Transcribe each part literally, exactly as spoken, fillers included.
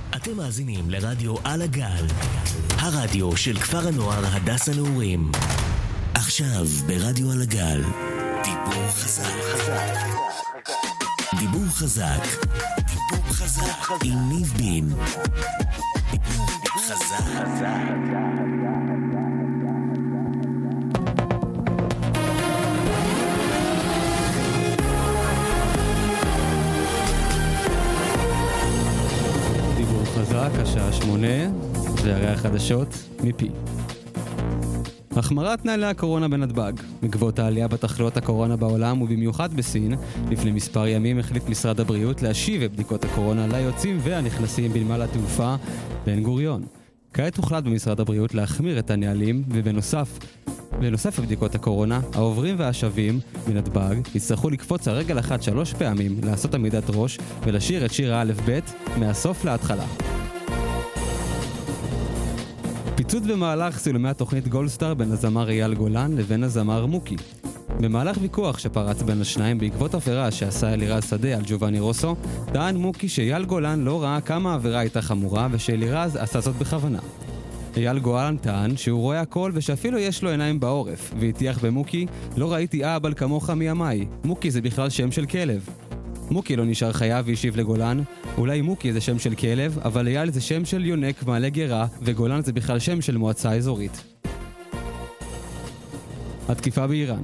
אתם מאזינים לרדיו על הגל, הרדיו של כפר הנוער הדס הנעורים. עכשיו ברדיו על הגל, דיבור חזק. דיבור חזק. דיבור חזק עם ניב בין. דיבור חזק. חזק, השעה שמונה, והרי החדשות מפי. החמרת נהלי הקורונה בנתב"ג. בעקבות העלייה בתחלואת הקורונה בעולם ובמיוחד בסין, לפני מספר ימים החליט משרד הבריאות להשיב את בדיקות הקורונה ליוצאים והנכנסים בנמל התעופה בן גוריון. כעת הוחלט במשרד הבריאות להחמיר את הנהלים, ובנוסף בנוסף לבדיקות הקורונה, העוברים והשבים מנתב"ג יצטרכו לקפוץ על רגל אחת שלוש פעמים, לעשות עמידת ראש ולשיר את שיר האלף בית מהסוף להתחלה. פיצוץ במהלך צילומי התוכנית גולדסטאר בין הזמר אייל גולן לבין הזמר מוקי. במהלך ויכוח שפרץ בין השניים בעקבות עבירה שעשה אלירז שדה על ג'ובאני רוסו, טען מוקי שאייל גולן לא ראה כמה העבירה הייתה חמורה ושאלירז עשה זאת בכוונה. אייל גולן טען שהוא רואה הכל ושאפילו יש לו עיניים בעורף, והטיח במוקי, לא ראיתי אבא כמוך מימיי, מוקי זה בכלל שם של כלב. מוקי לא נשאר חייב והשיב לגולן, אולי מוקי זה שם של כלב, אבל אייל זה שם של יונק מעלה גרה, וגולן זה בכלל שם של מועצה אזורית. התקיפה באיראן.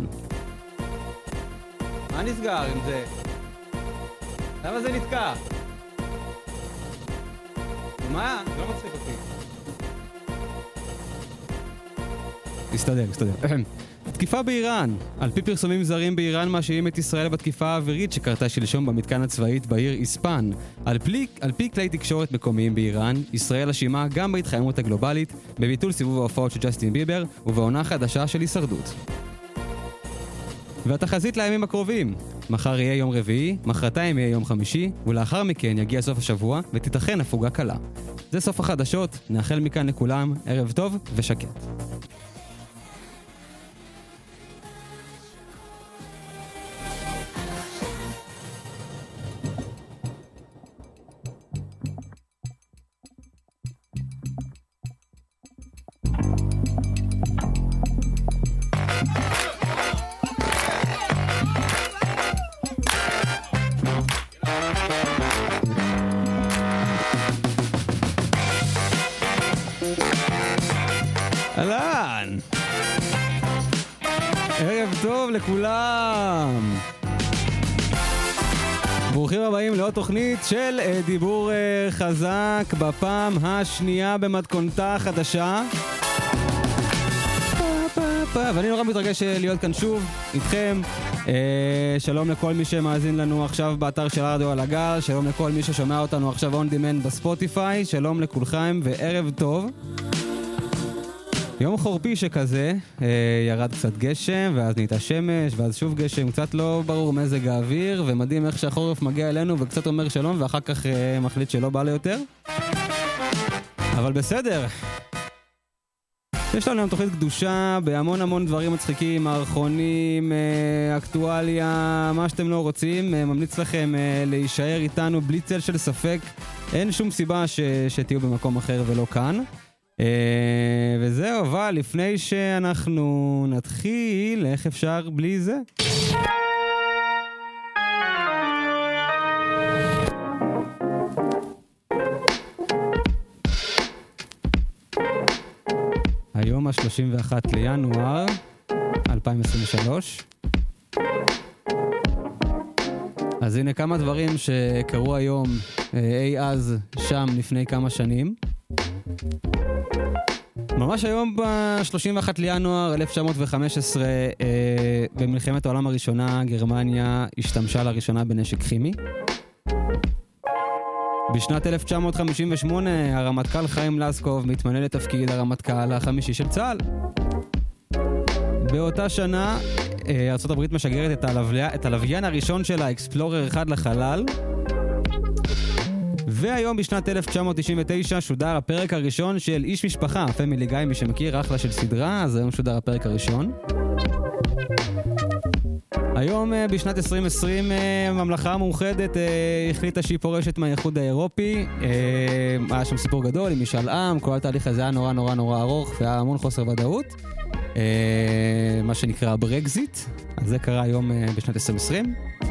מה נסגר עם זה? למה זה נתקע? מה? לא מצחיק אותי. תסתדר, תסתדר. תקיפה באיראן. על פי פרסומים זרים באיראן מאשימים את ישראל בתקיפה האווירית שקרתה שלשום במתקן הצבאית בעיר איספן. על פי, על פי כלי תקשורת מקומיים באיראן, ישראל אשימה גם בהתחממות הגלובלית, בביטול סיבוב ההופעות של ג'סטין ביבר ובעונה חדשה של הישרדות. והתחזית לימים הקרובים. מחר יהיה יום רביעי, מחרתיים יהיה יום חמישי, ולאחר מכן יגיע סוף השבוע ותיתכן הפוגה קלה. זה סוף החדשות, נאחל מכאן לכולם ערב טוב ושקט. אהלן! ערב טוב לכולם! ברוכים הבאים לעוד תוכנית של דיבור חזק בפעם השנייה במתכונתה החדשה. ואני נורא מתרגש להיות כאן שוב איתכם. שלום לכל מי שמאזין לנו עכשיו באתר של רדיו על הגל, שלום לכל מי ששומע אותנו עכשיו on demand בספוטיפיי, שלום לכולכם וערב טוב. יום חורפי שכזה, ירד קצת גשם, ואז נהייתה שמש, ואז שוב גשם, קצת לא ברור מזג האוויר, ומדהים איך שהחורף מגיע אלינו וקצת אומר שלום, ואחר כך מחליט שלא בא לו יותר. אבל בסדר. יש לנו היום תוכנית קדושה בהמון המון דברים מצחיקים, מערכונים, אקטואליה, מה שאתם לא רוצים. ממליץ לכם להישאר איתנו בלי צל של ספק. אין שום סיבה ש- שתהיו במקום אחר ולא כאן. Uh, וזהו, אבל לפני שאנחנו נתחיל, איך אפשר בלי זה? היום ה-שלושים ואחד לינואר אלפיים עשרים ושלוש. אז הנה כמה דברים שקרו היום אי אז שם לפני כמה שנים. ממש היום ב-שלושים ואחד לינואר אלף תשע מאות וחמש עשרה, אה, במלחמת העולם הראשונה, גרמניה השתמשה לראשונה בנשק כימי. בשנת אלף תשע מאות חמישים ושמונה, הרמטכ"ל חיים לסקוב מתמנה לתפקיד הרמטכ"ל החמישי של צה"ל. באותה שנה, אה, ארצות הברית משגרת את, הלוויה, את הלוויין הראשון שלה, אקספלורר אחד לחלל. והיום בשנת אלף תשע מאות תשעים ותשע שודר הפרק הראשון של איש משפחה, פמילי גיא, מי שמכיר, אחלה של סדרה, אז היום שודר הפרק הראשון. היום בשנת עשרים עשרים הממלכה המאוחדת החליטה שהיא פורשת מהאיחוד האירופי. היה שם סיפור גדול עם משאל עם, כל התהליך הזה היה נורא נורא נורא ארוך והיה המון חוסר ודאות, מה שנקרא ברקזיט. אז זה קרה היום בשנת עשרים עשרים.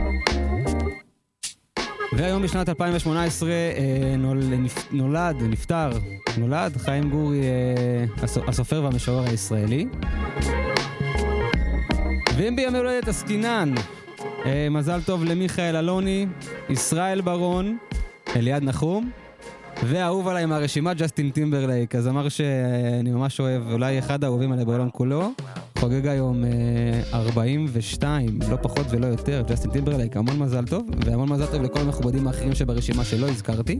והיום בשנת אלפיים שמונה עשרה נולד, נפטר, נולד חיים גורי, הסופר והמשורר הישראלי. ואם בימי הולדת עסקינן, מזל טוב למיכאל אלוני, ישראל ברון, אליעד נחום, והאהוב עליי מהרשימה ג'סטין טימברלייק, אז אמר שאני ממש אוהב, אולי אחד האהובים עליי בעולם כולו, חוגג היום ארבעים ושתיים, לא פחות ולא יותר, ג'סטין טימברלייק, המון מזל טוב, והמון מזל טוב לכל המכובדים האחרים שברשימה שלא הזכרתי.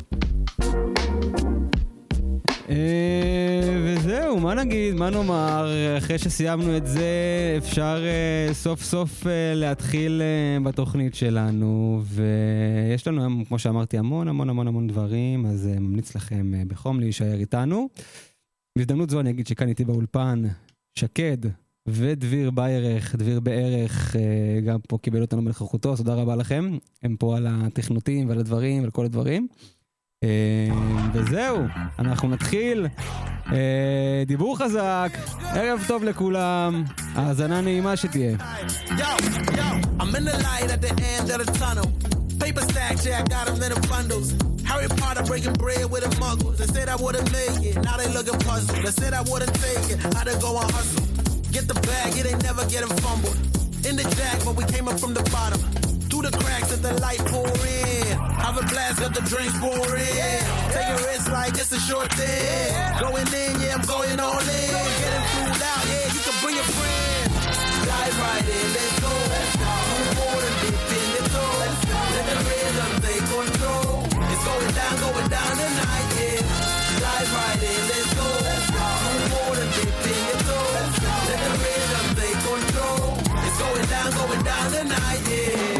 וזהו, מה נגיד, מה נאמר, אחרי שסיימנו את זה אפשר סוף סוף להתחיל בתוכנית שלנו, ויש לנו היום, כמו שאמרתי, המון המון המון המון דברים, אז ממליץ לכם בחום להישאר איתנו. בהזדמנות זו אני אגיד שכאן איתי באולפן שקד ודביר בערך, דביר בערך גם פה קיבל אותנו בנוכחותו, אז תודה רבה לכם, הם פה על התכנותים ועל הדברים ועל כל הדברים. וזהו, אנחנו נתחיל. דיבור חזק, ערב טוב לכולם, האזנה נעימה שתהיה. I'm in the light at the end of the tunnel. Paper stacks, yeah, I got them in the bundles. Harry Potter breaking bread with the muggles. They said I wouldn't make it, now they looking puzzled. They said I wouldn't take it, I had to go and hustle. Get the bag, it ain't never getting fumbled. In the jack, but we came up from the bottom. Through the cracks that the light pour in. Have a blast, got the drinks pour in. Take your wrist like it's a short thing. Going in, yeah, I'm going all in. Getting food out, yeah, you can bring your friends. Dive right in, let's go. Move more than dip in the toe. Let the rhythm take control. It's going down, going down tonight, yeah. Dive right in, let's go. Move more than dip in the toe. Let the rhythm take control. It's going down, going down tonight, yeah.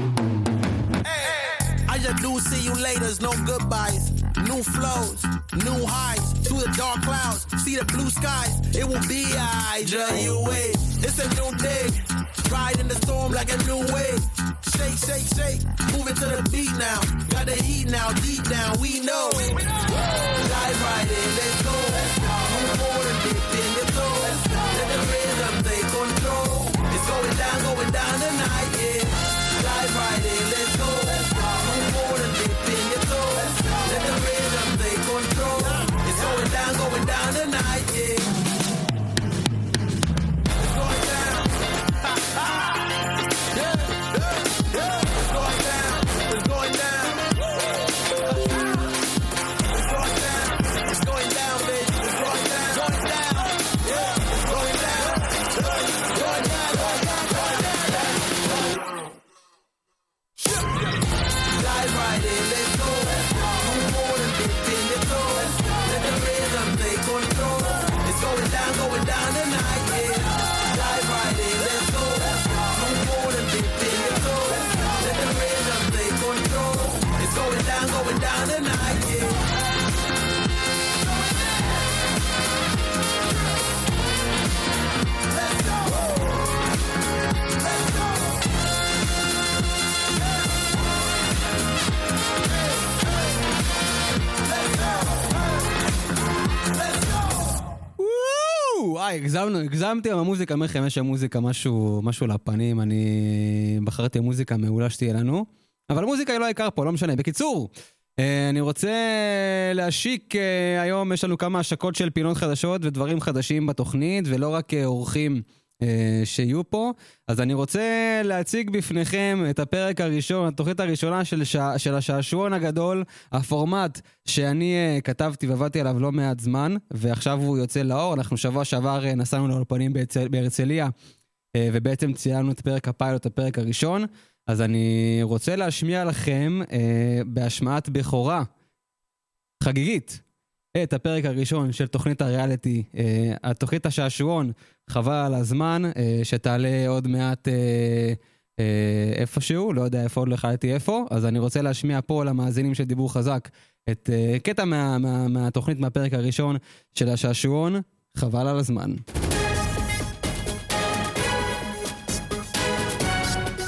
I do see you later, no goodbyes. New flows, new highs. Through the dark clouds, see the blue skies. It will be I, J U A. It's a new day. Ride in the storm like a new wave. Shake, shake, shake. Moving to the beat now. Got the heat now, deep down, we know. Dive right in, let's go. Move forward and dip in the toe. Let the rhythm take control. It's going down, going down tonight, yeah. Dive right in, let's go. Let the rhythm take control. It's going down, going down tonight, yeah. It's going down. Yeah, yeah, yeah. It's going down. It's going down. It's going down. It's going down, baby. It's going down. Going down. Yeah. It's going down. Going down. Going down. Going down. Dive right in. Let's go. Going down, going down tonight, yeah. Dive right in, let's go. Move forward and dip in your toe. Let the rhythm take control. It's going down, going down tonight, yeah. Let's go. Let's go. Let's go. Let's go. וואי, הגזמנו, הגזמתי עם המוזיקה, מרחם, יש המוזיקה משהו, משהו לפנים, אני בחרתי המוזיקה מעולה שתהיה לנו, אבל המוזיקה היא לא העיקר פה, לא משנה. בקיצור, אני רוצה להשיק, היום יש לנו כמה השקות של פינות חדשות ודברים חדשים בתוכנית, ולא רק אורחים שיהיו פה, אז אני רוצה להציג בפניכם את הפרק הראשון, התוכנית הראשונה של, שע, של השעשועון הגדול, הפורמט שאני כתבתי ועבדתי עליו לא מעט זמן, ועכשיו הוא יוצא לאור. אנחנו שבוע שעבר נסענו לאולפנים בהרצליה, ובעצם ציינו את פרק הפיילוט, הפרק הראשון, אז אני רוצה להשמיע לכם בהשמעת בכורה חגיגית את הפרק הראשון של תוכנית הריאליטי, התוכנית השעשועון, חבל על הזמן, שתעלה עוד מעט איפשהו, לא יודע איפה, עוד לא החלטתי איפה, אז אני רוצה להשמיע פה למאזינים של דיבור חזק את קטע מה, מה, מהתוכנית מהפרק הראשון של השעשועון, חבל על הזמן.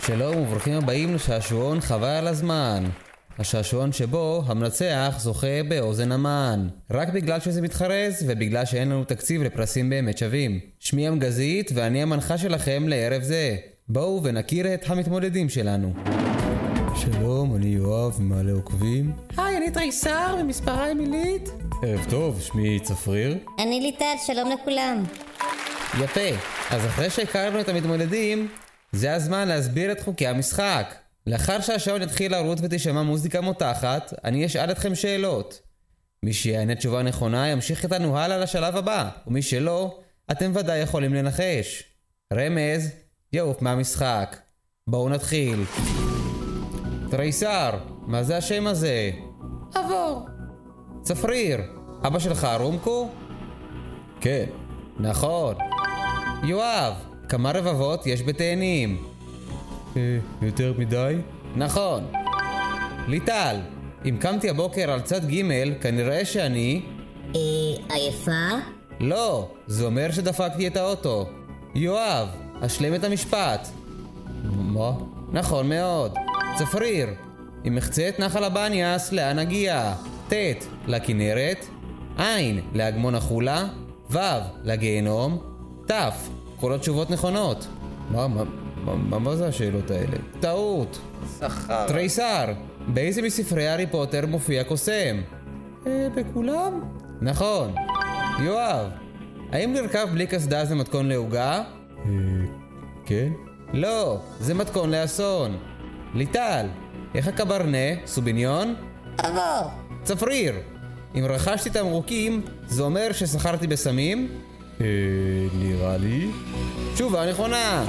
שלום וברוכים הבאים לשעשועון חבל על הזמן. השעשועון שבו המנצח זוכה באוזן המן. רק בגלל שזה מתחרז ובגלל שאין לנו תקציב לפרסים באמת שווים. שמי אמגזית ואני המנחה שלכם לערב זה. בואו ונכיר את המתמודדים שלנו. שלום, אני יואב ממעלה עוקבים. היי, אני תריסר ממספרה אמילית. ערב טוב, שמי צפריר. אני ליטל, שלום לכולם. יפה, אז אחרי שהכרנו את המתמודדים, זה הזמן להסביר את חוקי המשחק. לאחר שהשעון יתחיל לרוץ ותשמע מוזיקה מותחת, אני אשאל אתכם שאלות. מי שיענה תשובה נכונה ימשיך איתנו הלאה לשלב הבא, ומי שלא, אתם ודאי יכולים לנחש. רמז, יעוף מהמשחק. בואו נתחיל. תריסר, מה זה השם הזה? עבור. צפריר, אבא שלך רומקו? כן. נכון. יואב, כמה רבבות יש בתאנים? אה, יותר מדי? נכון. ליטל, אם קמתי הבוקר על צד ג' כנראה שאני... אה, עייפה? לא, זה אומר שדפקתי את האוטו. יואב, אשלם את המשפט. מה? נכון מאוד. צפריר, אם מחצה את נחל הבניאס, לאן נגיע? תת, לכנרת, עין, להגמון החולה, וו, לגיהנום, תף, כל התשובות נכונות. מה, מה, מה, מה זה השאלות האלה? טעות. שכר. תריסר, באיזה מספרי הארי פוטר מופיע קוסם? אה, בכולם? נכון. יואב, האם לרכב בלי קסדה זה מתכון לעוגה? אה, כן. לא, זה מתכון לאסון. ליטל, איך הקברנה? סוביניון? עבור. צפריר, אם רכשתי תמרוקים, זה אומר ששכרתי בסמים? אה, נראה לי. תשובה נכונה.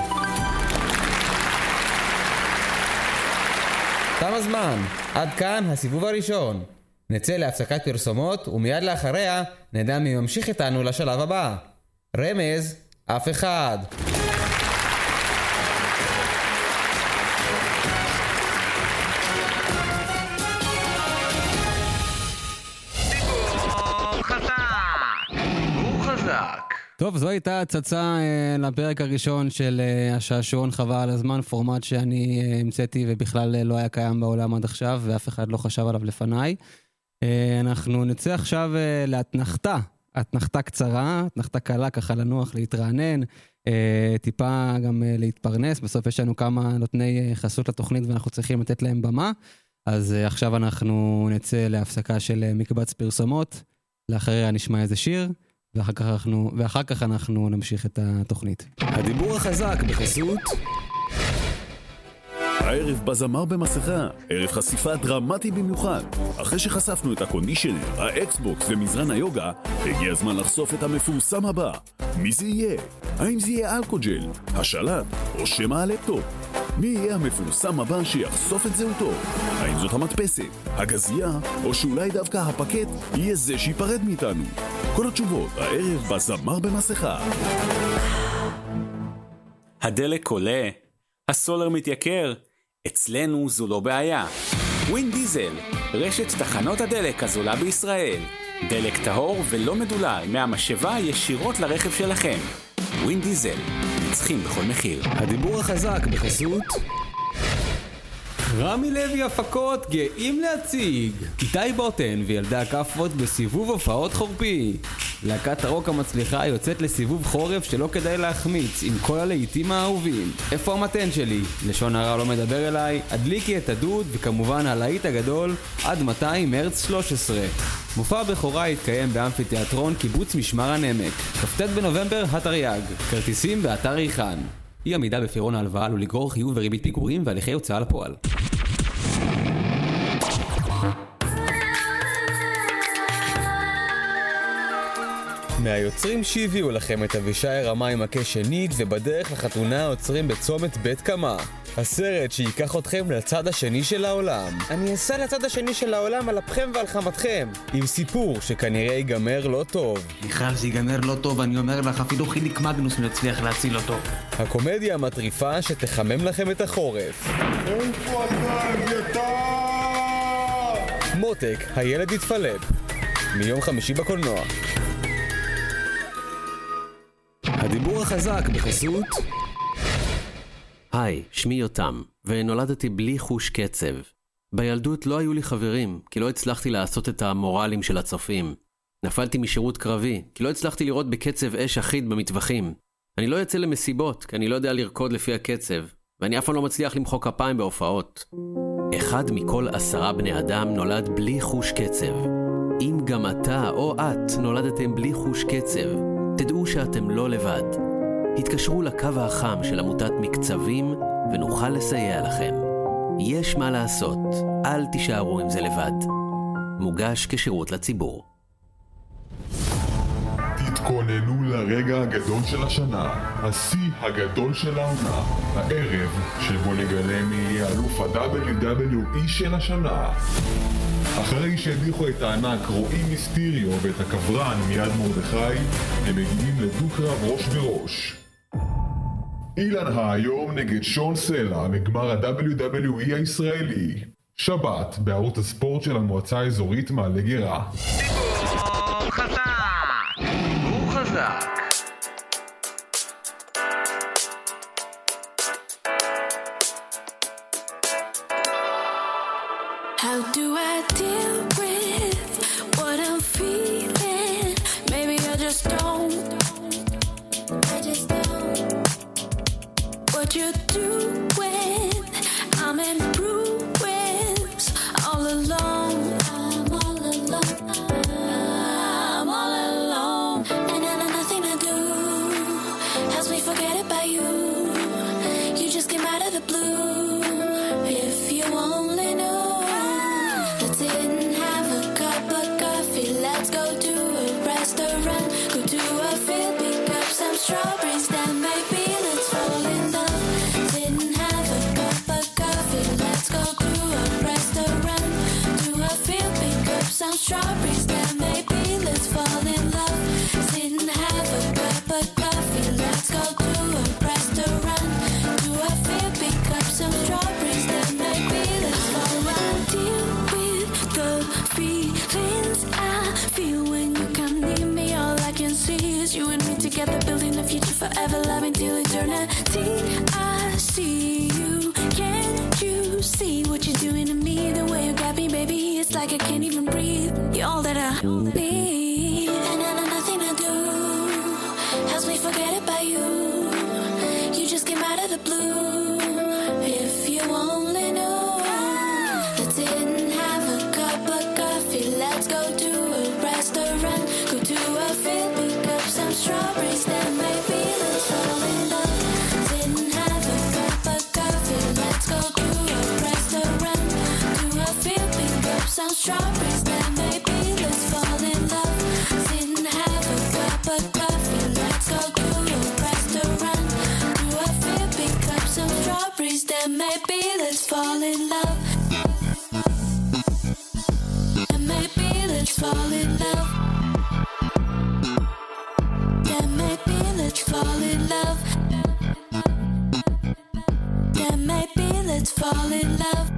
תם הזמן. עד כאן הסיבוב הראשון. נצא להפסקת פרסומות, ומיד לאחריה נדע מי ממשיך איתנו לשלב הבא. רמז, אף אחד. טוב, זו הייתה הצצה אה, לפרק הראשון של אה, השעשועון חבל על הזמן, פורמט שאני אה, המצאתי ובכלל אה, לא היה קיים בעולם עד עכשיו, ואף אחד לא חשב עליו לפניי. אה, אנחנו נצא עכשיו אה, להתנחתה, התנחתה קצרה, התנחתה קלה, ככה לנוח, להתרענן, אה, טיפה גם אה, להתפרנס. בסוף יש לנו כמה נותני אה, חסות לתוכנית ואנחנו צריכים לתת להם במה, אז אה, עכשיו אנחנו נצא להפסקה של אה, מקבץ פרסומות, לאחריה נשמע איזה שיר, ואחר כך אנחנו, ואחר כך אנחנו נמשיך את התוכנית. הדיבור החזק בחסות הערב בזמר במסכה, ערב חשיפה דרמטי במיוחד. אחרי שחשפנו את הקונדישנר, האקסבוקס ומזרן היוגה, הגיע הזמן לחשוף את המפורסם הבא. מי זה יהיה? האם זה יהיה אלכוג'ל, השלט או שמא הלפטופ? מי יהיה המפורסם הבא שיחשוף את זהותו? האם זאת המדפסת, הגזייה, או שאולי דווקא הפקט יהיה זה שיפרד מאיתנו? כל התשובות הערב בזמר במסכה. הדלק עולה, הסולר מתייקר, אצלנו זו לא בעיה. ווין דיזל, רשת תחנות הדלק הזולה בישראל. דלק טהור ולא מדולל מהמשאבה ישירות לרכב שלכם. ווין דיזל, נצחים בכל מחיר. הדיבור החזק בחסות רמי לוי הפקות גאים להציג איתי בוטן וילדה הכפות בסיבוב הופעות חורפי. להקת הרוק המצליחה יוצאת לסיבוב חורף שלא כדאי להחמיץ עם כל הלהיטים האהובים. איפה המתן שלי? לשון הרע לא מדבר אליי, הדליקי את הדוד, וכמובן הלהיט הגדול עד מתי מרץ שלוש עשרה. מופע בכורה יתקיים באמפיתיאטרון קיבוץ משמר הנמק, כ"ט בנובמבר התרי"ג. כרטיסים באתר ריחן. אי עמידה בפירעון ההלוואה עלול לגרור חיוב וריבית פיגורים והליכי הוצאה לפועל. מהיוצרים שהביאו לכם את אבישי רמה עם מכה שנית, ובדרך לחתונה עוצרים בצומת בית קמה. הסרט שיקח אתכם לצד השני של העולם. אני אסע לצד השני של העולם על אפכם ועל חמתכם. עם סיפור שכנראה ייגמר לא טוב. בכלל זה ייגמר לא טוב, אני אומר לך, אפילו חיליק מגנוס נצליח להציל אותו. הקומדיה המטריפה שתחמם לכם את החורף. איפה אתה, אביתר? מותק, הילד יתפלפ. מיום חמישי בקולנוע. הדיבור החזק בחסות היי, שמי יותם, ונולדתי בלי חוש קצב. בילדות לא היו לי חברים, כי לא הצלחתי לעשות את המורלים של הצופים. נפלתי משירות קרבי, כי לא הצלחתי לראות בקצב אש אחיד במטווחים. אני לא יוצא למסיבות, כי אני לא יודע לרקוד לפי הקצב, ואני אף פעם לא מצליח למחוא כפיים בהופעות. אחד מכל עשרה בני אדם נולד בלי חוש קצב. אם גם אתה או את נולדתם בלי חוש קצב, תדעו שאתם לא לבד. התקשרו לקו החם של עמותת מקצבים ונוכל לסייע לכם. יש מה לעשות, אל תישארו עם זה לבד. מוגש כשירות לציבור. תתכוננו לרגע הגדול של השנה, השיא הגדול של העונה, הערב שבו נגלה מי יהיה אלוף ה-דאבליו דאבליו אי של השנה. אחרי שהדיחו את הענק רועי מיסטריו ואת הקברן מיד מרדכי, הם מגיעים לדו-קרב ראש בראש. אילן היום נגד שון סלע בגמר ה-דאבליו דאבליו אי הישראלי. שבת בערוץ הספורט של המועצה האזורית מעלה גרה. דיבור חזק! דיבור חזק! How do I deal with what I'm feeling? Maybe I just don't. I just don't. What you do when I'm in ruins, all alone. I'm all alone. I'm all alone. And I know nothing to do helps me forget about you. You just came out of the blue. If you only knew. Let's sit and have a cup of coffee. Let's go to a restaurant. Go to a field, pick up some strawberries. Then maybe let's fall in love. Sit and have a cup of coffee. Let's go to a restaurant. To a field, pick up some strawberries. Then maybe let's fall in love. Sit and have a cup of coffee. Let's go to a restaurant. To a field, pick up some strawberries. Then maybe let's fall in love. Deal with the feelings I feel when you come near me. All I can see is you and me together, building a future forever, loving till eternity. I see you, can you see what you're doing to me? The way you got me, baby, it's like I can't even breathe. You're all that I need, and I know nothing to do helps me forget about you. You just came out of the blue. If you only knew. Let's sit and have a cup of coffee. Let's go to a restaurant. Go to a field, pick up some strawberries. Then maybe let's fall in love. Sit and have a cup of coffee. Let's go to a restaurant. To a field, pick up some strawberries. Then maybe let's fall in love. Sit and have a cup of coffee. Let's go to a restaurant. To a field, pick up some strawberries. Then maybe let's fall in love. And maybe let's fall in love. Then maybe let's fall in love. Then maybe let's fall in love.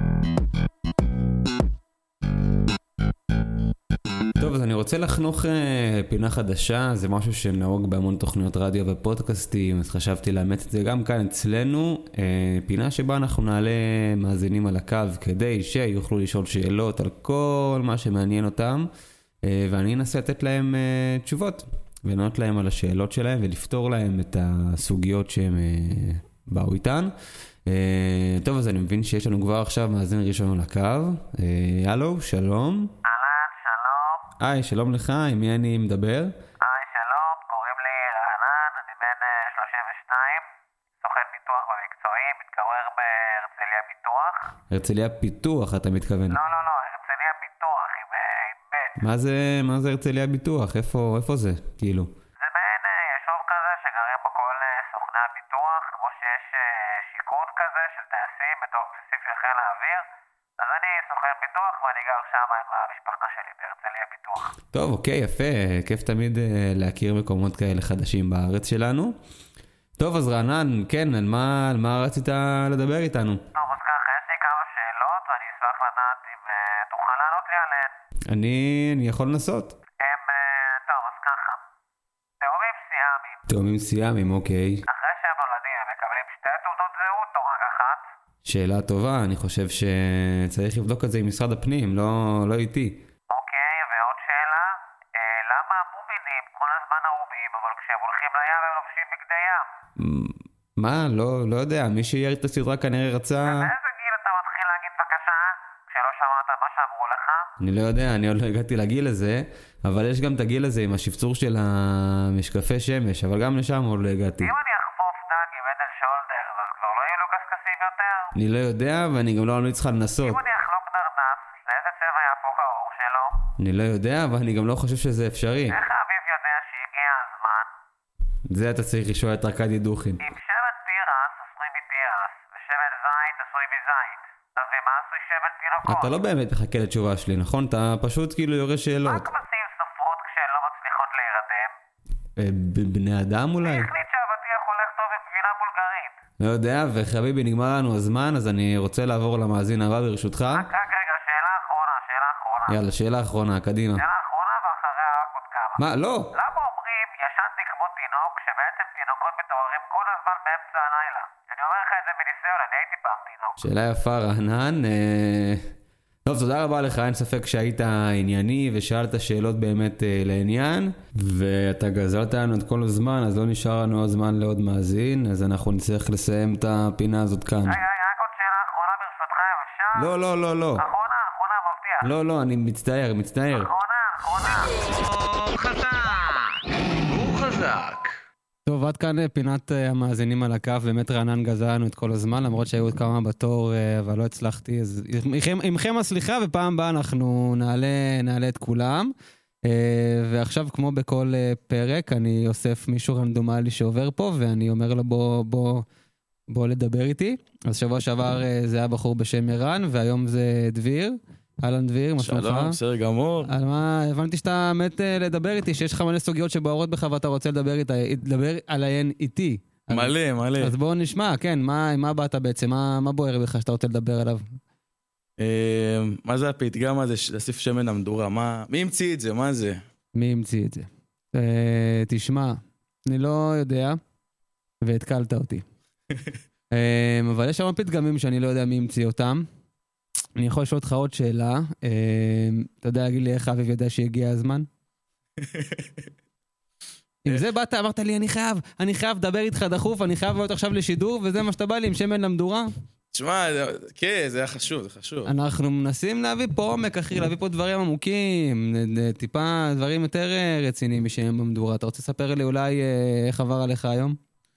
טוב, אז אני רוצה לחנוך אה, פינה חדשה, זה משהו שנהוג בהמון תוכניות רדיו ופודקאסטים, אז חשבתי לאמץ את זה גם כאן אצלנו, אה, פינה שבה אנחנו נעלה מאזינים על הקו כדי שיוכלו לשאול שאלות על כל מה שמעניין אותם, אה, ואני אנסה לתת להם אה, תשובות, ולענות להם על השאלות שלהם ולפתור להם את הסוגיות שהם אה, באו איתן. אה, טוב, אז אני מבין שיש לנו כבר עכשיו מאזין ראשון על הקו. אה, הלו, שלום. היי, שלום לך, עם מי אני מדבר? היי, שלום, קוראים לי רענן, אני בן שלושים ושתיים, סוכן פיתוח במקצועי, מתגורר בהרצליה פיתוח. הרצליה פיתוח, אתה מתכוון? לא, לא, לא, הרצליה פיתוח, עם, עם בית. מה זה, מה זה הרצליה פיתוח? איפה, איפה זה, כאילו? זה מעין יישוב כזה שגרים בו כל סוכני הפיתוח, כמו שיש שיכון כזה של טייסים בתוך בסיסים של חיל האוויר. אז אני סוכן פיתוח ואני גר שם עם המשפחה שלי בהרצליה פיתוח. טוב, אוקיי, יפה. כיף תמיד uh, להכיר מקומות כאלה חדשים בארץ שלנו. טוב, אז רענן, כן, על מה, על מה רצית לדבר איתנו? טוב, אז ככה, יש לי כמה שאלות ואני אשמח לדעת אם uh, תוכל לענות לי עליהן. אני, אני יכול לנסות. הם, uh, טוב, אז ככה. תאומים סיאמים. תאומים סיאמים, אוקיי. אחרי שהם נולדים הם מקבלים שתי תעודות זהות או רק אחת? שאלה טובה, אני חושב שצריך לבדוק את זה עם משרד הפנים, לא, לא איתי. אוקיי, ועוד שאלה, אה, למה המומינים כל הזמן ערומים, אבל כשהם הולכים לים הם לובשים בגדי ים? מה? לא, לא יודע, מי שיער את הסדרה כנראה רצה... באיזה גיל אתה מתחיל להגיד בקשה, כשלא שמעת מה שאמרו לך? אני לא יודע, אני עוד לא הגעתי לגיל הזה, אבל יש גם את הגיל הזה עם השפצור של המשקפי שמש, אבל גם לשם עוד לא הגעתי. אם אני אחפוף דג עם אדל שולדר, אז כבר לא יהיו לו קשקשים יותר? אני לא יודע, ואני גם לא ממליץ לך לנסות. אם אני אחלוק נרנף, לאיזה צבע יהפוך האור שלו? אני לא יודע, ואני גם לא חושב שזה אפשרי. איך האביב יודע שהגיע הזמן? זה אתה צריך לשאול את ארקדי דוכין. אם שמן תירס עשוי מתירס, ושמן זית עשוי מזית, אז ממה עשוי שמן תינוקות? אתה לא באמת מחכה לתשובה שלי, נכון? אתה פשוט כאילו יורה שאלות. מה כבשים סופרות כשהן לא מצליחות להירדם? בני אדם אולי? אני החליט שהאבטיח הולך טוב עם גבינה בולגרית. לא יודע, וחביבי נגמר לנו הזמן, אז אני רוצה לעבור למאזין הבא ברשותך. רק רגע, שאלה אחרונה, שאלה אחרונה. יאללה, שאלה אחרונה, קדימה. שאלה אחרונה ואחריה רק עוד כמה. מה? לא! למה אומרים ישנתי כמו תינוק, שבעצם תינוקות מתעוררים כל הזמן באמצע הלילה? אני אומר לך את זה מניסיון, אני הייתי פעם תינוק. שאלה יפה, רענן. טוב, תודה רבה לך, אין ספק שהיית ענייני ושאלת שאלות באמת לעניין, ואתה גזלת לנו את כל הזמן, אז לא נשאר לנו עוד זמן לעוד מאזין, אז אנחנו נצטרך לסיים את הפינה הזאת כאן. היי, היי, רק עוד שאלה אחרונה ברשותך, אפשר? לא, לא, לא, לא. אחרונה, אחרונה, מבטיח. לא, לא, אני מצטער, מצטער. אחרונה, אחרונה. הוא חזק! הוא חזק! טוב, עד כאן פינת המאזינים על הקו, באמת רענן גזלנו את כל הזמן, למרות שהיו עוד כמה בתור, אבל לא הצלחתי, אז עמכם הסליחה, ופעם הבאה אנחנו נעלה, נעלה את כולם, ועכשיו כמו בכל פרק, אני אוסף מישהו רנדומלי שעובר פה, ואני אומר לו בוא, בוא, בוא לדבר איתי. אז שבוע שעבר זה היה בחור בשם ערן, והיום זה דביר. אהלן דביר, מה שלומך? שלום, בסדר גמור. על מה, הבנתי שאתה מת לדבר איתי, שיש לך מלא סוגיות שבוערות בך ואתה רוצה לדבר איתי, לדבר עליהן איתי. מלא, מלא. אז בואו נשמע, כן, מה, מה באת בעצם, מה, מה בוער בך שאתה רוצה לדבר עליו? מה זה הפתגם הזה, להוסיף שמן למדורה? מה, מי המציא את זה? מה זה? מי המציא את זה? תשמע, אני לא יודע, והתקלת אותי. אבל יש שם פתגמים שאני לא יודע מי המציא אותם. אני יכול לשאול אותך עוד שאלה. אתה יודע להגיד לי איך אביב יודע שהגיע הזמן? אם זה באת, אמרת לי, אני חייב, אני חייב לדבר איתך דחוף, אני חייב להיות עכשיו לשידור, וזה מה שאתה בא לי עם שמן למדורה? תשמע, כן, זה היה חשוב, זה חשוב. אנחנו מנסים להביא פה עומק, אחי, להביא פה דברים עמוקים, טיפה דברים יותר רציניים משם במדורה. אתה רוצה לספר לי אולי איך עבר עליך היום?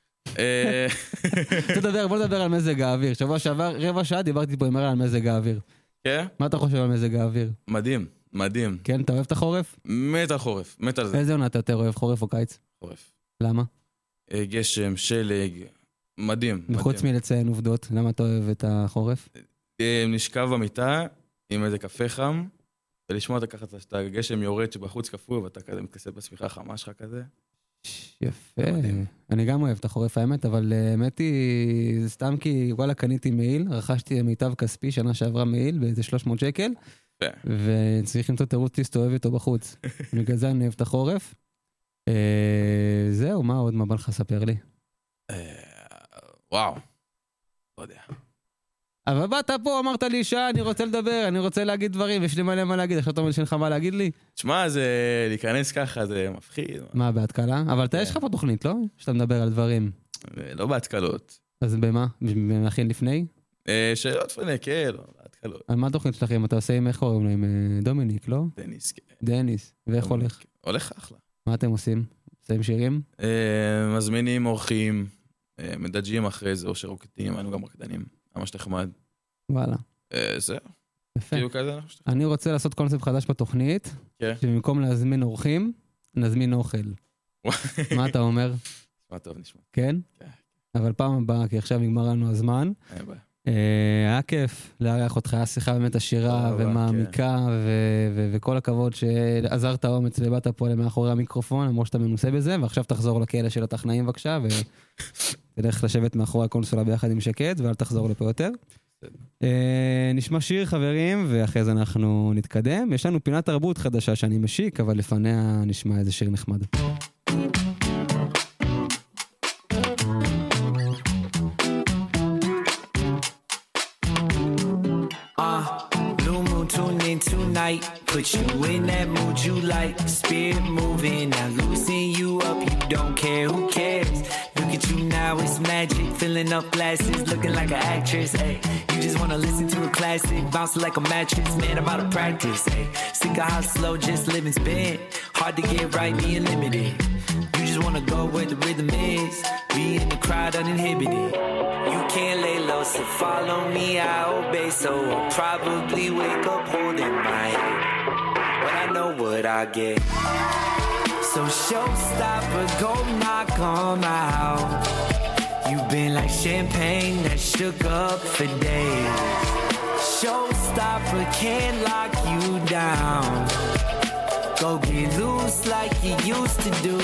בוא נדבר על מזג האוויר. שבוע שעבר, רבע שעה דיברתי פה עם ערן על מזג האוויר. כן? מה אתה חושב על מזג האוויר? מדהים, מדהים. כן, אתה אוהב את החורף? מת על חורף, מת על זה. איזה עונה אתה יותר אוהב, חורף או קיץ? חורף. למה? גשם, שלג, מדהים. מחוץ מלציין עובדות, למה אתה אוהב את החורף? נשכב במיטה עם איזה קפה חם, ולשמוע אתה ככה את הגשם יורד שבחוץ קפוא, ואתה כזה מתכסה בספיחה חמה שלך כזה. יפה, אני גם אוהב את החורף האמת, אבל האמת היא, סתם כי וואלה קניתי מעיל, רכשתי מיטב כספי שנה שעברה מעיל באיזה שלוש מאות שקל, וצריך למצוא תירוץ להסתובב איתו בחוץ. בגלל זה אני אוהב את החורף. זהו, מה עוד מה בא לך לספר לי? וואו, לא יודע. אבל באת פה, אמרת לי שעה, אני רוצה לדבר, אני רוצה להגיד דברים, יש לי מלא מה להגיד, עכשיו אתה אומר שלך מה להגיד לי? תשמע, זה להיכנס ככה, זה מפחיד. מה, בהתקלה? אבל אתה יש לך פה תוכנית, לא? שאתה מדבר על דברים. לא בהתקלות. אז במה? במכין לפני? שאלות לפני, כן, לא, בהתקלות. על מה התוכנית שלכם? אתה עושה עם איך קוראים להם? דומיניק, לא? דניס, כן. דניס, ואיך הולך? הולך אחלה. מה אתם עושים? עושים שירים? מזמינים אורחים, מדג'ים אחרי זה, או שרוקטים, היינו גם רקדנים. ממש נחמד. וואלה. זהו. יפה. אני רוצה לעשות קונספט חדש בתוכנית, שבמקום להזמין אורחים, נזמין אוכל. מה אתה אומר? נשמע טוב, נשמע. כן? כן. אבל פעם הבאה, כי עכשיו נגמר לנו הזמן. היה כיף לארח אותך, היה שיחה באמת עשירה ומעמיקה, וכל הכבוד שעזרת אומץ ובאת פה למאחורי המיקרופון, למרות שאתה מנוסה בזה, ועכשיו תחזור לכלא של הטכנאים בבקשה, ותלך לשבת מאחורי הקונסולה ביחד עם שקט, ואל תחזור לפה יותר. נשמע שיר חברים, ואחרי זה אנחנו נתקדם. יש לנו פינת תרבות חדשה שאני משיק, אבל לפניה נשמע איזה שיר נחמד. night, put you in that mood you like. Spirit moving, now loosen you up, you don't care, who cares? Look at you now, it's magic, filling up glasses, looking like an actress, ayy. You just wanna listen to a classic, bouncing like a mattress, man, I'm out of practice, ayy. Sick of how slow just living's been, hard to get right, being limited. You just wanna go where the rhythm is, be in the crowd uninhibited. You can't lay low, so follow me, I obey, so I'll probably wake up holding my head, but I know what I get. So showstopper, go knock on my house. You've been like champagne that shook up for days. Showstopper can't lock you down. Go get loose like you used to do.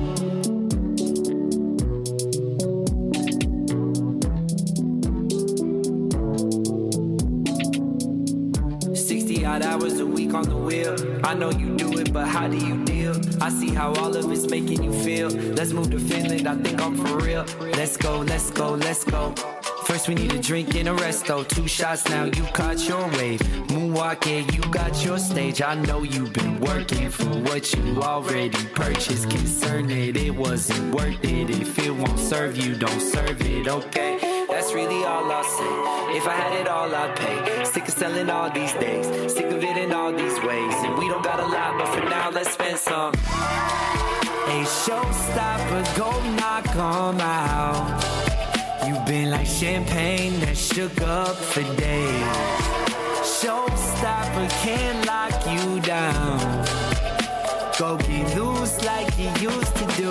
sixty odd hours a week on the wheel. I know you do it, but how do you deal? I see how all of it's making you feel. Let's move to Finland, I think I'm for real. Let's go, let's go, let's go. First we need a drink and a resto. Two shots now, you caught your wave. Moonwalk, yeah, you got your stage. I know you've been working for what you already purchased. Concerned that it wasn't worth it. If it won't serve you, don't serve it, okay? That's really all I'll say. If I had it all, I'd pay. Sick of selling all these days, sick of it in all these ways. And we don't got a lot, but for now, let's spend some. Hey, showstopper, go knock on my house. You've been like champagne that shook up for days. Showstopper can't lock you down. Go get loose like you used to do.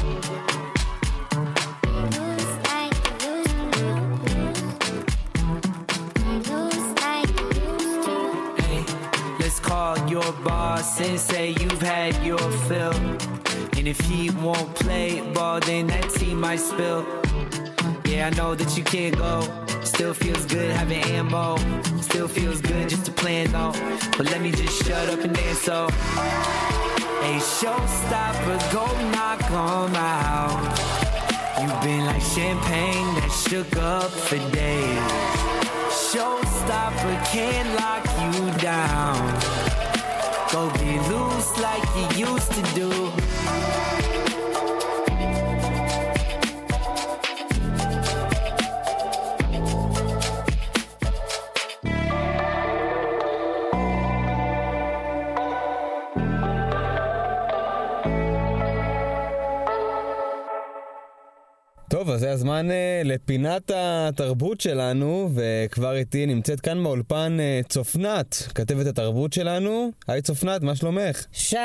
Hey, let's call your boss and say you've had your fill. And if he won't play ball, then that team might spill. Yeah, I know that you can't go. Still feels good having ammo. Still feels good just to plan though. But let me just shut up and dance so. Hey, showstopper, go knock on my house. You've been like champagne that shook up for days. Showstopper can't lock you down. Go get loose like you used to do. טוב, אז זה הזמן uh, לפינת התרבות שלנו, וכבר איתי נמצאת כאן באולפן uh, צופנת, כתבת התרבות שלנו. היי צופנת, מה שלומך?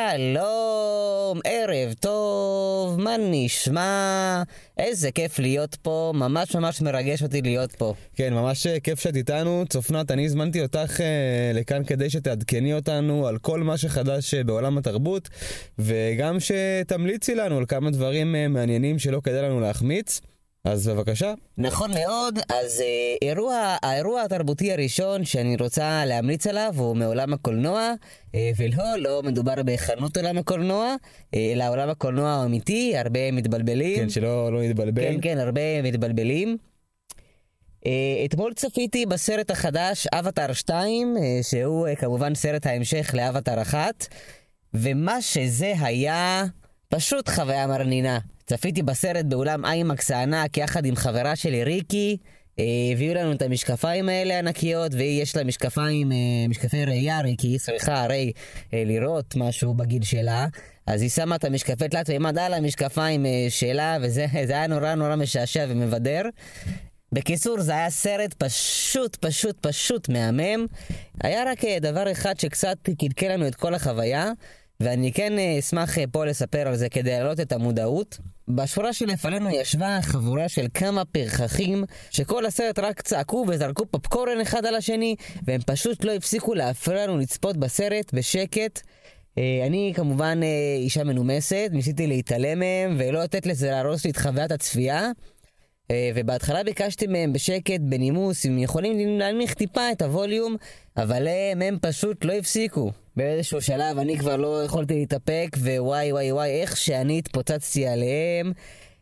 שלום, ערב טוב, מה נשמע? איזה כיף להיות פה, ממש ממש מרגש אותי להיות פה. כן, ממש כיף שאת איתנו. צופנת, אני הזמנתי אותך uh, לכאן כדי שתעדכני אותנו על כל מה שחדש uh, בעולם התרבות, וגם שתמליצי לנו על כמה דברים uh, מעניינים שלא כדאי לנו להחמיץ. אז בבקשה. נכון מאוד, אז אה, אירוע, האירוע התרבותי הראשון שאני רוצה להמליץ עליו הוא מעולם הקולנוע, אה, ולא, לא מדובר בחנות עולם הקולנוע, אה, אלא עולם הקולנוע האמיתי, הרבה מתבלבלים. כן, שלא לא מתבלבל. כן, כן, הרבה מתבלבלים. אה, אתמול צפיתי בסרט החדש אבטר שתיים, אה, שהוא אה, כמובן סרט ההמשך לאבטר אחת, ומה שזה היה פשוט חוויה מרנינה. צפיתי בסרט באולם איימקס הענק יחד עם חברה שלי ריקי, הביאו לנו את המשקפיים האלה ענקיות, והיא יש לה משקפיים, משקפי ראייה, ריקי, היא צריכה הרי לראות משהו בגיל שלה, אז היא שמה את המשקפי תלת ועמד על המשקפיים שלה, וזה היה נורא נורא משעשע ומבדר. בקיצור, זה היה סרט פשוט פשוט פשוט מהמם. היה רק דבר אחד שקצת קלקל לנו את כל החוויה, ואני כן אשמח פה לספר על זה כדי להעלות את המודעות. בשורה שלפנינו ישבה חבורה של כמה פרחחים שכל הסרט רק צעקו וזרקו פופקורן אחד על השני, והם פשוט לא הפסיקו להפריע לנו לצפות בסרט בשקט. אני כמובן אישה מנומסת, ניסיתי להתעלם מהם ולא לתת לזה להרוס לי את חוויית הצפייה, ובהתחלה ביקשתי מהם בשקט, בנימוס, אם יכולים להנמיך טיפה את הווליום, אבל הם, הם פשוט לא הפסיקו. באיזשהו שלב אני כבר לא יכולתי להתאפק, ווואי וואי וואי איך שאני התפוצצתי עליהם.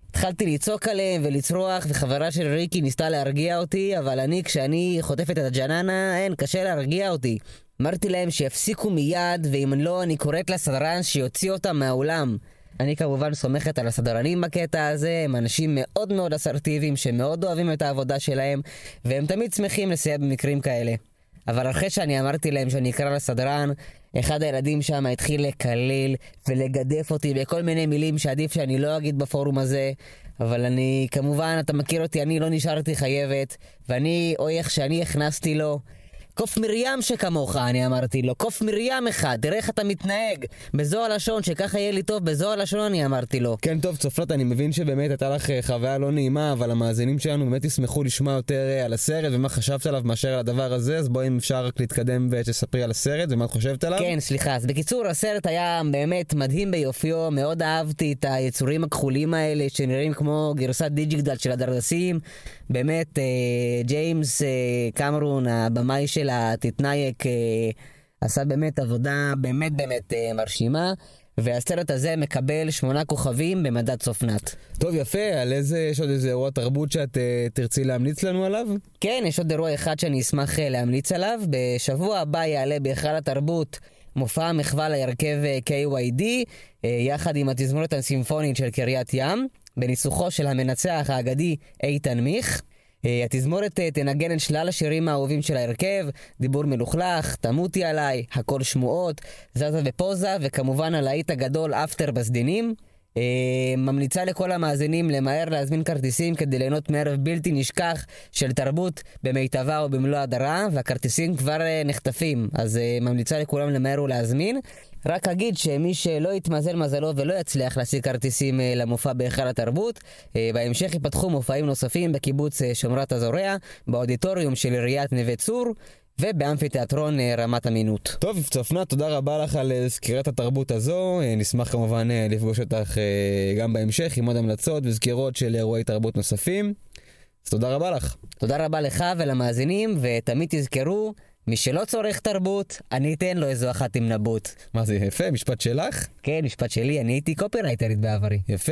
התחלתי לצעוק עליהם ולצרוח, וחברה של ריקי ניסתה להרגיע אותי, אבל אני, כשאני חוטפת את הג'ננה, אין, קשה להרגיע אותי. אמרתי להם שיפסיקו מיד, ואם לא, אני קוראת לסדרן שיוציא אותם מהאולם. אני כמובן סומכת על הסדרנים בקטע הזה, הם אנשים מאוד מאוד אסרטיביים, שמאוד אוהבים את העבודה שלהם, והם תמיד שמחים לסייע במקרים כאלה. אבל אחרי שאני אמרתי להם שאני אקרא לסדרן, אחד הילדים שם התחיל לקלל ולגדף אותי בכל מיני מילים שעדיף שאני לא אגיד בפורום הזה. אבל אני, כמובן, אתה מכיר אותי, אני לא נשארתי חייבת, ואני, או איך שאני הכנסתי לו, קוף מרים שכמוך, אני אמרתי לו, קוף מרים אחד, תראה איך אתה מתנהג, בזו הלשון, שככה יהיה לי טוב, בזו הלשון, אני אמרתי לו. כן, טוב, צופנת, אני מבין שבאמת הייתה לך חוויה לא נעימה, אבל המאזינים שלנו באמת ישמחו לשמוע יותר על הסרט, ומה חשבת עליו מאשר על הדבר הזה, אז בואי אם אפשר רק להתקדם ותספרי על הסרט, ומה את חושבת עליו? כן, סליחה, אז בקיצור, הסרט היה באמת מדהים ביופיו, מאוד אהבתי את היצורים הכחולים האלה, שנראים כמו גרסת דיג'יטל של הדרדסים, באמת, אה, ג'יימס אה, קמרון, הבמאי של התתנייק, אה, עשה באמת עבודה באמת באמת אה, מרשימה, והסרט הזה מקבל שמונה כוכבים במדד צופנת. טוב, יפה, על איזה, יש עוד איזה אירוע תרבות שאת uh, תרצי להמליץ לנו עליו? כן, יש עוד אירוע אחד שאני אשמח uh, להמליץ עליו. בשבוע הבא יעלה בהיכל התרבות מופע מחווה להרכב uh, קיי וואי די, uh, יחד עם התזמורת הסימפונית של קריית ים, בניסוחו של המנצח האגדי איתן מיך. Uh, התזמורת uh, תנגן את שלל השירים האהובים של ההרכב, דיבור מלוכלך, תמותי עליי, הכל שמועות, זזה ופוזה, וכמובן הלהיט הגדול אפטר בסדינים. uh, ממליצה לכל המאזינים למהר להזמין כרטיסים כדי ליהנות מערב בלתי נשכח של תרבות במיטבה או במלוא הדרה, והכרטיסים כבר uh, נחטפים, אז uh, ממליצה לכולם למהר ולהזמין. רק אגיד שמי שלא יתמזל מזלו ולא יצליח להשיג כרטיסים למופע בהיכל התרבות, בהמשך ייפתחו מופעים נוספים בקיבוץ שומרת הזורע, באודיטוריום של עיריית נווה צור, ובאמפיתיאטרון רמת אמינות. טוב, צופנת, תודה רבה לך על סקירת התרבות הזו. נשמח כמובן לפגוש אותך גם בהמשך עם עוד המלצות וסקירות של אירועי תרבות נוספים. אז תודה רבה לך. תודה רבה לך ולמאזינים, ותמיד תזכרו, מי שלא צורך תרבות, אני אתן לו איזו אחת עם נבוט. מה זה, יפה? משפט שלך? כן, משפט שלי, אני הייתי קופירייטרית בעברי. יפה.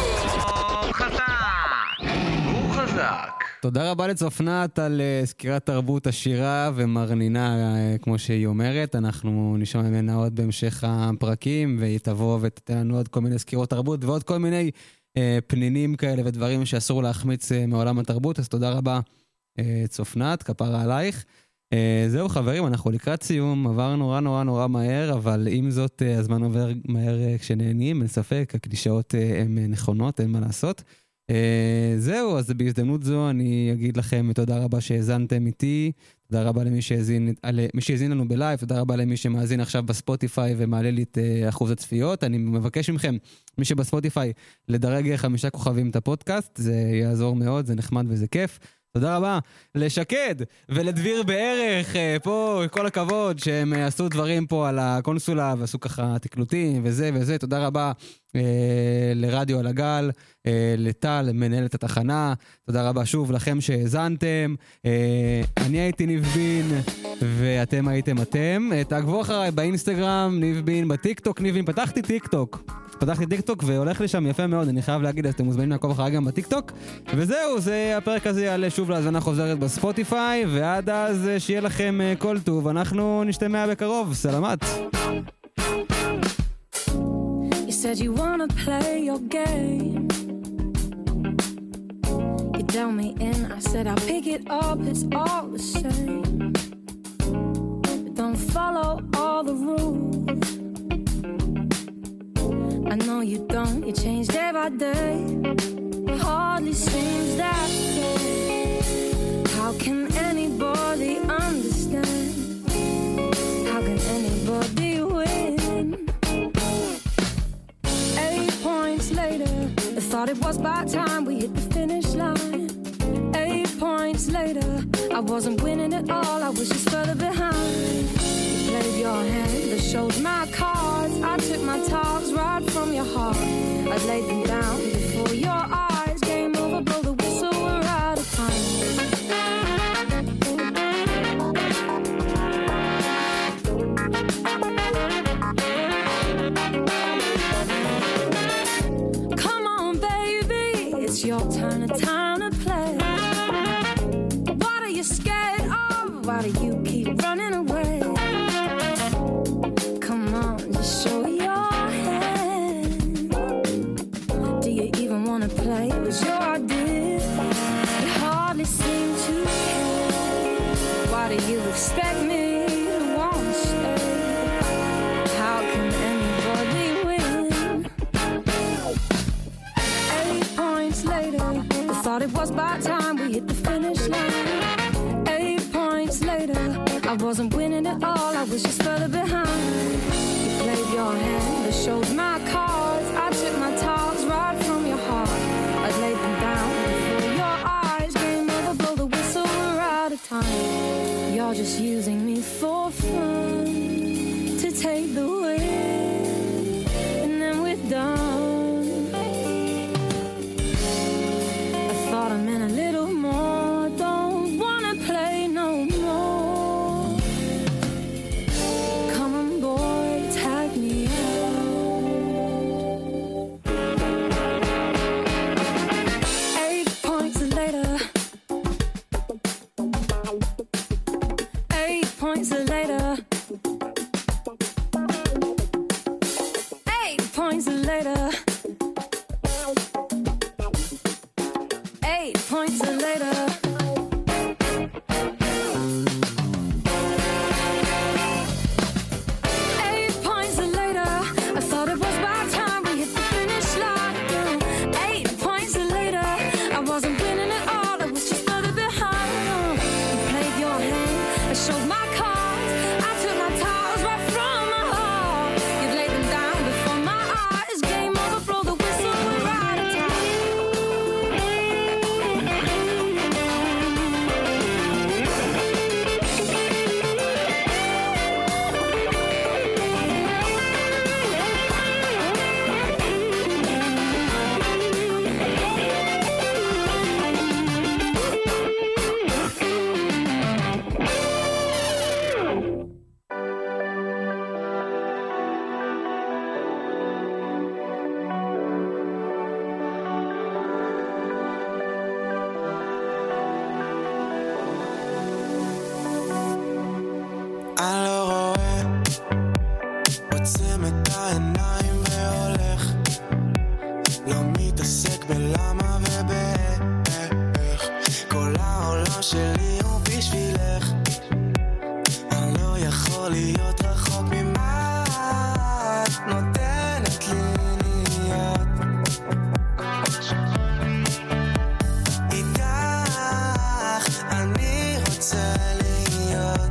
דיבור חזק, דיבור חזק. תודה רבה לצופנת על uh, סקירת תרבות עשירה ומרנינה, uh, כמו שהיא אומרת. אנחנו נשמע ממנה עוד בהמשך הפרקים, והיא תבוא ותתן לנו עוד כל מיני סקירות תרבות, ועוד כל מיני uh, פנינים כאלה ודברים שאסור להחמיץ uh, מעולם התרבות. אז תודה רבה uh, צופנת, כפרה עלייך. Uh, זהו חברים, אנחנו לקראת סיום, עבר נורא נורא נורא מהר, אבל עם זאת uh, הזמן עובר מהר uh, כשנהנים, אין ספק, הקלישאות uh, הן uh, נכונות, אין מה לעשות. Uh, זהו, אז בהזדמנות זו אני אגיד לכם תודה רבה שהזנתם איתי, תודה רבה למי שהזין, למי שהזין לנו בלייב, תודה רבה למי שמאזין עכשיו בספוטיפיי ומעלה לי את uh, אחוז הצפיות. אני מבקש מכם, מי שבספוטיפיי, לדרג חמישה כוכבים את הפודקאסט, זה יעזור מאוד, זה נחמד וזה כיף. תודה רבה לשקד ולדביר בערך, פה כל הכבוד שהם עשו דברים פה על הקונסולה ועשו ככה תקלוטים וזה וזה. תודה רבה אה, לרדיו על הגל, אה, לטל, מנהלת התחנה. תודה רבה שוב לכם שהזנתם. אה, אני הייתי ניב בין ואתם הייתם אתם. תעקבו אחריי באינסטגרם, ניב בין, בטיקטוק, ניב בין. פתחתי טיקטוק. פתחתי טיקטוק והולך לשם יפה מאוד, אני חייב להגיד, אז אתם מוזמנים לעקוב אחריי גם בטיקטוק. וזהו, זה הפרק הזה יעלה שוב להזנה חוזרת בספוטיפיי, ועד אז שיהיה לכם כל טוב, אנחנו נשתמע בקרוב, סלמת. You said you wanna play your game. You tell me in, I said I'll pick it up, it's all the same. But don't follow all the rules. I know you don't, you change day by day. Hardly seems that way. How can anybody understand? How can anybody win? Eight points later, I thought it was about time we hit the finish line. Eight points later, I wasn't winning at all, I was just further behind. Played your hand, that showed my cards. I took my talks right from your heart. I laid them down before your eyes. Game over, blow the whistle, we're out of time. Come on, baby, do you keep running away? Come on, just show your hand. Do you even want to play? It was your idea. You hardly seem to care. Why do you expect me to want to stay? How can anybody win? Eight points later, I thought it was about time we hit the finish line. Eight points later, I wasn't winning at all, I was just further behind. You played your hand, I showed my cards, I took my talks right from your heart. I laid them down before your eyes, game over, blow the whistle, we're out of time. You're just using me for fun, to take the win, and then we're done. I thought I meant a little more, don't wanna play no more. Come on boy, tag me out. Eight points later. Eight points later. Eight points later. Eight points later. Eight points later. I thought it was about time we hit the finish line. Eight points later. I wasn't winning at all, I was just further behind. You played your hand, I showed my cards, I took my towels right from my heart. You laid them down before my eyes, game over, blow the whistle, we're out of time. אני לא רואה, עוצם את העיניים והולך, לא מתעסק בלמה ובאיך, כל העולם שלי הוא בשבילך, אני לא יכול להיות רחוק ממה את נותנת לי להיות איתך, אני רוצה להיות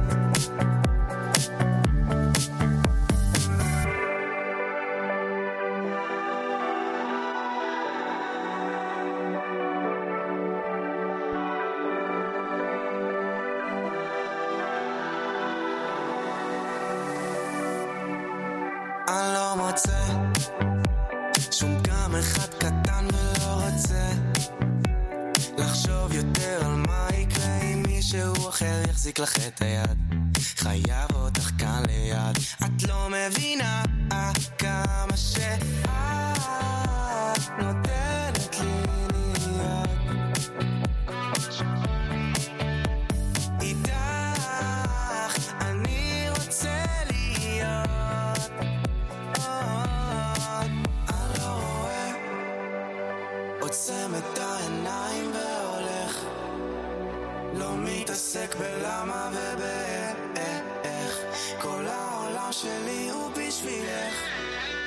אני לא מוצא שום גם אחד קטן ולא רוצה לחשוב יותר על מה יקרה אם מישהו אחר יחזיק לך את היד. חייב אותך כאן ליד, את לא מבינה כמה שאת נותנת לי להיות איתך, אני רוצה להיות. אני לא רואה, עוצם את העיניים והולך, לא מתעסק בלמה ובאיך, כל העולם שלי הוא בשבילך,